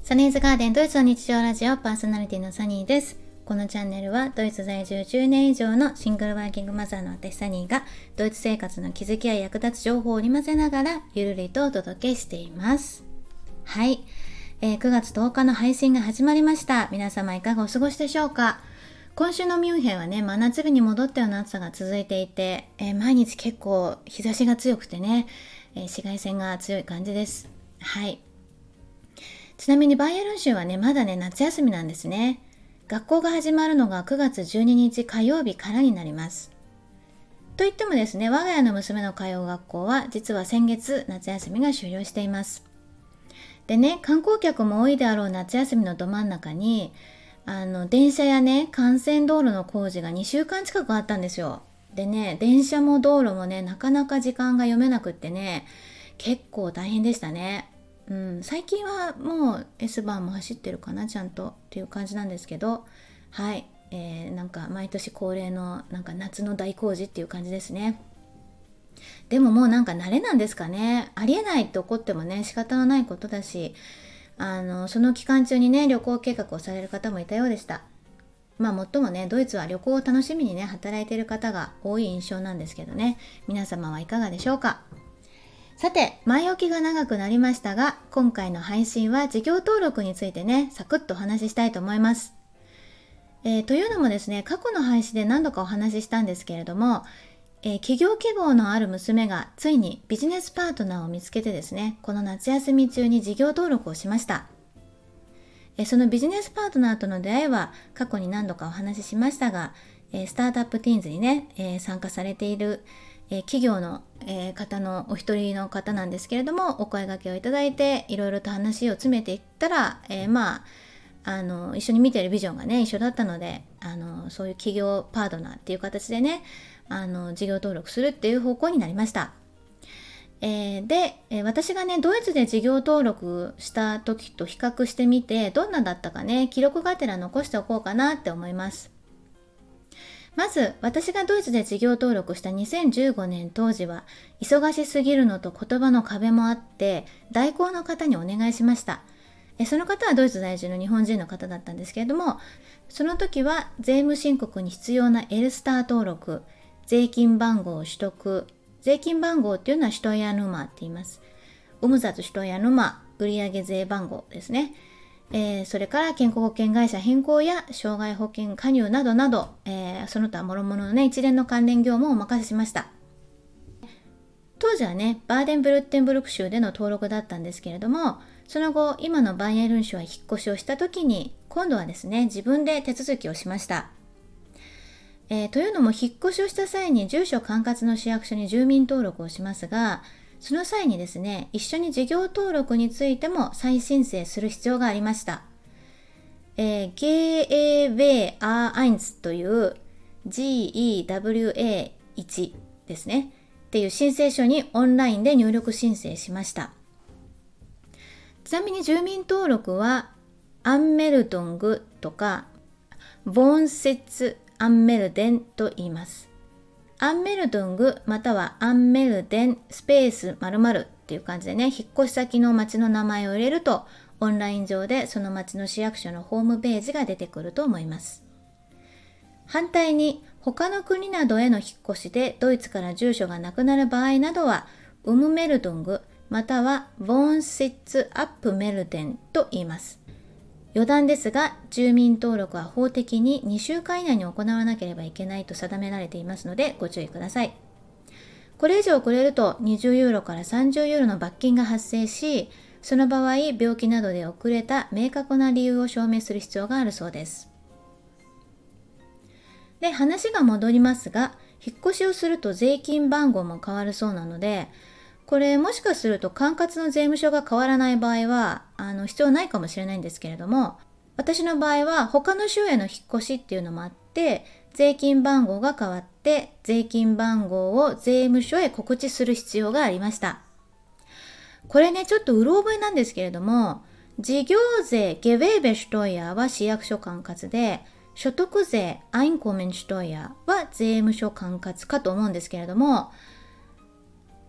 サニーズガーデンドイツの日常ラジオパーソナリティのサニーです。このチャンネルはドイツ在住10年以上のシングルワーキングマザーの私サニーがドイツ生活の気づきや役立つ情報を織り交ぜながらゆるりとお届けしています。はい、9月10日の配信が始まりました。皆様いかがお過ごしでしょうか。今週のミュンヘンはね、真夏日に戻ったような暑さが続いていて、毎日結構日差しが強くてね、紫外線が強い感じです。はい。ちなみにバイエルン州はね、まだね、夏休みなんですね。学校が始まるのが9月12日火曜日からになります。といってもですね、我が家の娘の通う学校は実は先月夏休みが終了しています。でね、観光客も多いであろう夏休みのど真ん中に、電車やね、幹線道路の工事が2週間近くあったんですよ。でね、電車も道路もね、なかなか時間が読めなくってね、結構大変でしたね。最近はもう S バーも走ってるかなちゃんとっていう感じなんですけど、はい、なんか毎年恒例のなんか夏の大工事っていう感じですね。でももうなんか慣れなんですかね。ありえないって怒ってもね仕方のないことだし、その期間中にね旅行計画をされる方もいたようでした。まあもっともね、ドイツは旅行を楽しみにね働いている方が多い印象なんですけどね、皆様はいかがでしょうか。さて、前置きが長くなりましたが、今回の配信は事業登録についてね、サクッとお話ししたいと思います。というのもですね、過去の配信で何度かお話ししたんですけれども、起業希望のある娘がついにビジネスパートナーを見つけてですね、この夏休み中に事業登録をしました。そのビジネスパートナーとの出会いは過去に何度かお話ししましたが、スタートアップティーンズにね、参加されている企業の、方のお一人の方なんですけれども、お声掛けをいただいていろいろと話を詰めていったら、一緒に見ているビジョンがね一緒だったので、そういう企業パートナーっていう形でね、事業登録するっていう方向になりました。私がねドイツで事業登録した時と比較してみてどんなだったかね、記録がてら残しておこうかなって思います。まず私がドイツで事業登録した2015年当時は忙しすぎるのと言葉の壁もあって代行の方にお願いしました。その方はドイツ在住の日本人の方だったんですけれども、その時は税務申告に必要なエルスター登録、税金番号を取得、税金番号っていうのはシュトイヤヌマーって言います。ウムザツシュトイヤヌマー、売上税番号ですね。それから健康保険会社変更や障害保険加入などなど、その他諸々のね一連の関連業務をお任せしました。当時はねバーデンブルッテンブルク州での登録だったんですけれども、その後今のバイエルン州は引っ越しをした時に今度はですね自分で手続きをしました。というのも引っ越しをした際に住所管轄の市役所に住民登録をしますが、その際にですね一緒に事業登録についても再申請する必要がありました。GAWA1 という GEWA1 ですねっていう申請書にオンラインで入力申請しました。ちなみに住民登録はアンメルドングとかボンセツアンメルデンと言います。アンメルドングまたはアンメルデンスペース〇〇っていう感じでね、引っ越し先の町の名前を入れるとオンライン上でその町の市役所のホームページが出てくると思います。反対に他の国などへの引っ越しでドイツから住所がなくなる場合などはウムメルドングまたはボーンシッツアップメルデンと言います。余談ですが、住民登録は法的に2週間以内に行わなければいけないと定められていますのでご注意ください。これ以上遅れると20ユーロから30ユーロの罰金が発生し、その場合病気などで遅れた明確な理由を証明する必要があるそうです。で、話が戻りますが、引っ越しをすると税金番号も変わるそうなので、これもしかすると管轄の税務署が変わらない場合は必要ないかもしれないんですけれども、私の場合は他の州への引っ越しっていうのもあって税金番号が変わって税金番号を税務署へ告知する必要がありました。これねちょっとうろ覚えなんですけれども、事業税ゲベーベシュトイヤーは市役所管轄で、所得税アインコメンシュトイヤーは税務署管轄かと思うんですけれども、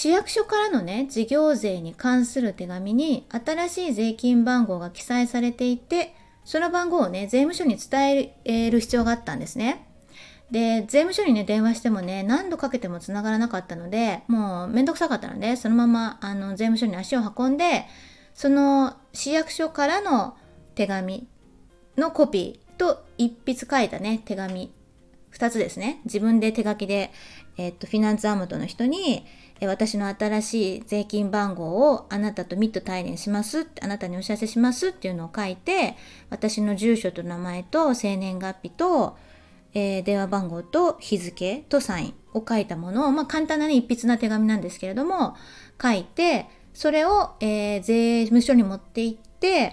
市役所からのね、事業税に関する手紙に新しい税金番号が記載されていて、その番号をね、税務署に伝える必要があったんですね。で、税務署にね、電話してもね、何度かけても繋がらなかったので、もうめんどくさかったので、そのまま税務署に足を運んで、その市役所からの手紙のコピーと一筆書いたね、手紙、2つですね。自分で手書きで、フィナンツアムトの人に、私の新しい税金番号をあなたとミット対連しますって、あなたにお知らせしますっていうのを書いて、私の住所と名前と生年月日と、電話番号と日付とサインを書いたものを、簡単なね、一筆な手紙なんですけれども、書いて、それを、税務署に持って行って、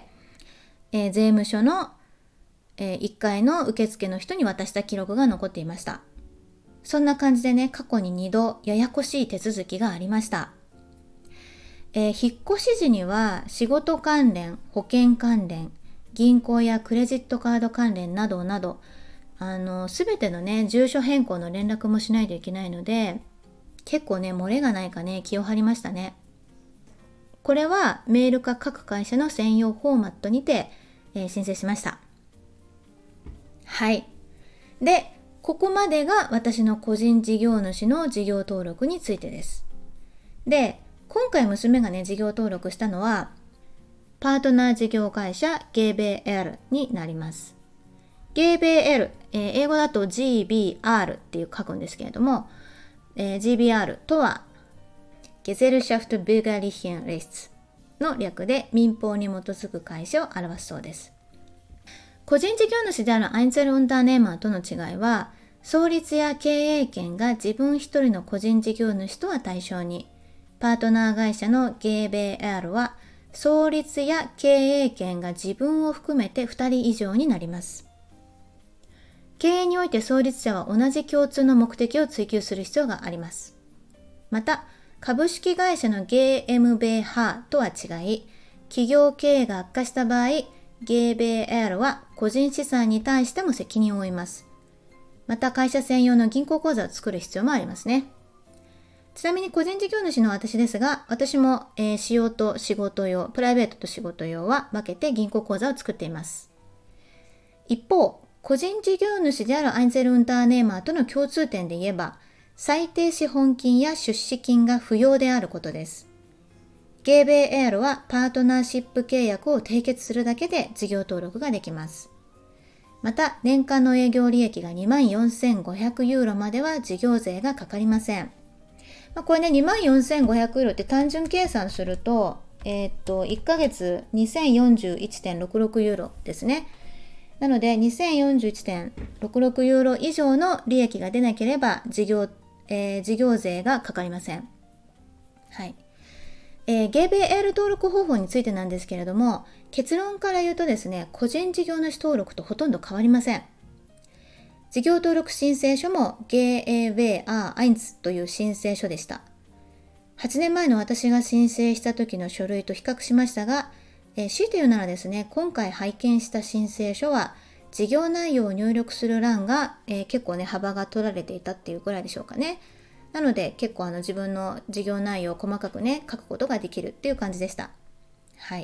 税務署の、1階の受付の人に渡した記録が残っていました。そんな感じでね、過去に2度ややこしい手続きがありました。引っ越し時には仕事関連、保険関連、銀行やクレジットカード関連などなど、すべてのね、住所変更の連絡もしないといけないので、結構ね、漏れがないかね、気を張りましたね。これはメールか各会社の専用フォーマットにて、申請しました。はい。で、ここまでが私の個人事業主の事業登録についてです。で、今回娘がね、事業登録したのは、パートナー事業会社 GBL になります。GBL、英語だと GBR っていう書くんですけれども、GBR とは、Gesellschaft Bürgerlichen Rechts の略で民法に基づく会社を表すそうです。個人事業主であるアインツェル・ウンターネーマーとの違いは、創立や経営権が自分一人の個人事業主とは対象に、パートナー会社の GBR は、創立や経営権が自分を含めて2人以上になります。経営において創立者は同じ共通の目的を追求する必要があります。また、株式会社の GmbH とは違い、企業経営が悪化した場合、GBL は個人資産に対しても責任を負います。また会社専用の銀行口座を作る必要もありますね。ちなみに個人事業主の私ですが、私も、私用と仕事用、プライベートと仕事用は分けて銀行口座を作っています。一方、個人事業主であるアインツェル・ウンターネーマーとの共通点で言えば、最低資本金や出資金が不要であることです。GBL はパートナーシップ契約を締結するだけで事業登録ができます。また、年間の営業利益が24,500ユーロまでは事業税がかかりません。これね、24,500ユーロって単純計算すると、1ヶ月 2041.66 ユーロですね。なので、2041.66 ユーロ以上の利益が出なければ事業税がかかりません。はい。GBL 登録方法についてなんですけれども、結論から言うとですね、個人事業主登録とほとんど変わりません。事業登録申請書も GAWA1 という申請書でした。8年前の私が申請した時の書類と比較しましたが、強いて言うならですね、今回拝見した申請書は、事業内容を入力する欄が、結構ね、幅が取られていたっていうくらいでしょうかね。なので結構自分の事業内容を細かくね、書くことができるっていう感じでした。はい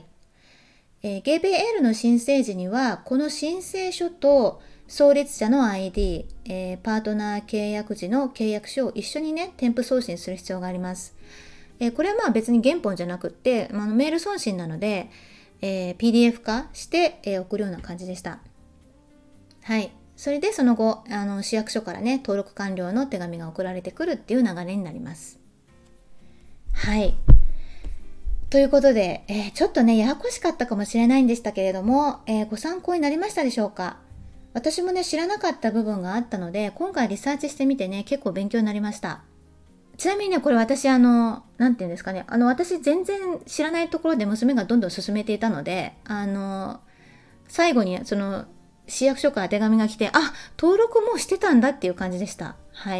。GBL の申請時には、この申請書と創立者の ID、パートナー契約時の契約書を一緒にね、添付送信する必要があります。これは別に原本じゃなくって、メール送信なので、PDF 化して、送るような感じでした。はい。それでその後、市役所からね、登録完了の手紙が送られてくるっていう流れになります。はい。ということで、ちょっとね、ややこしかったかもしれないんでしたけれども、ご参考になりましたでしょうか？私もね、知らなかった部分があったので、今回リサーチしてみてね、結構勉強になりました。ちなみにね、これ私なんていうんですかね、私全然知らないところで娘がどんどん進めていたので、最後に市役所から手紙が来て、登録もうしてたんだっていう感じでした。はい。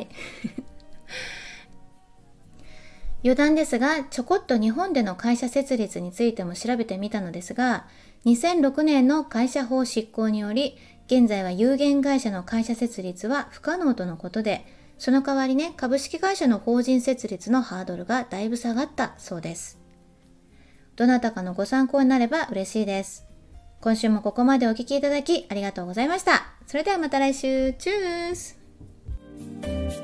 余談ですが、ちょこっと日本での会社設立についても調べてみたのですが、2006年の会社法執行により、現在は有限会社の会社設立は不可能とのことで、 その代わりね、株式会社の法人設立のハードルがだいぶ下がったそうです。どなたかのご参考になれば嬉しいです。今週もここまでお聞きいただきありがとうございました。それではまた来週。チュース。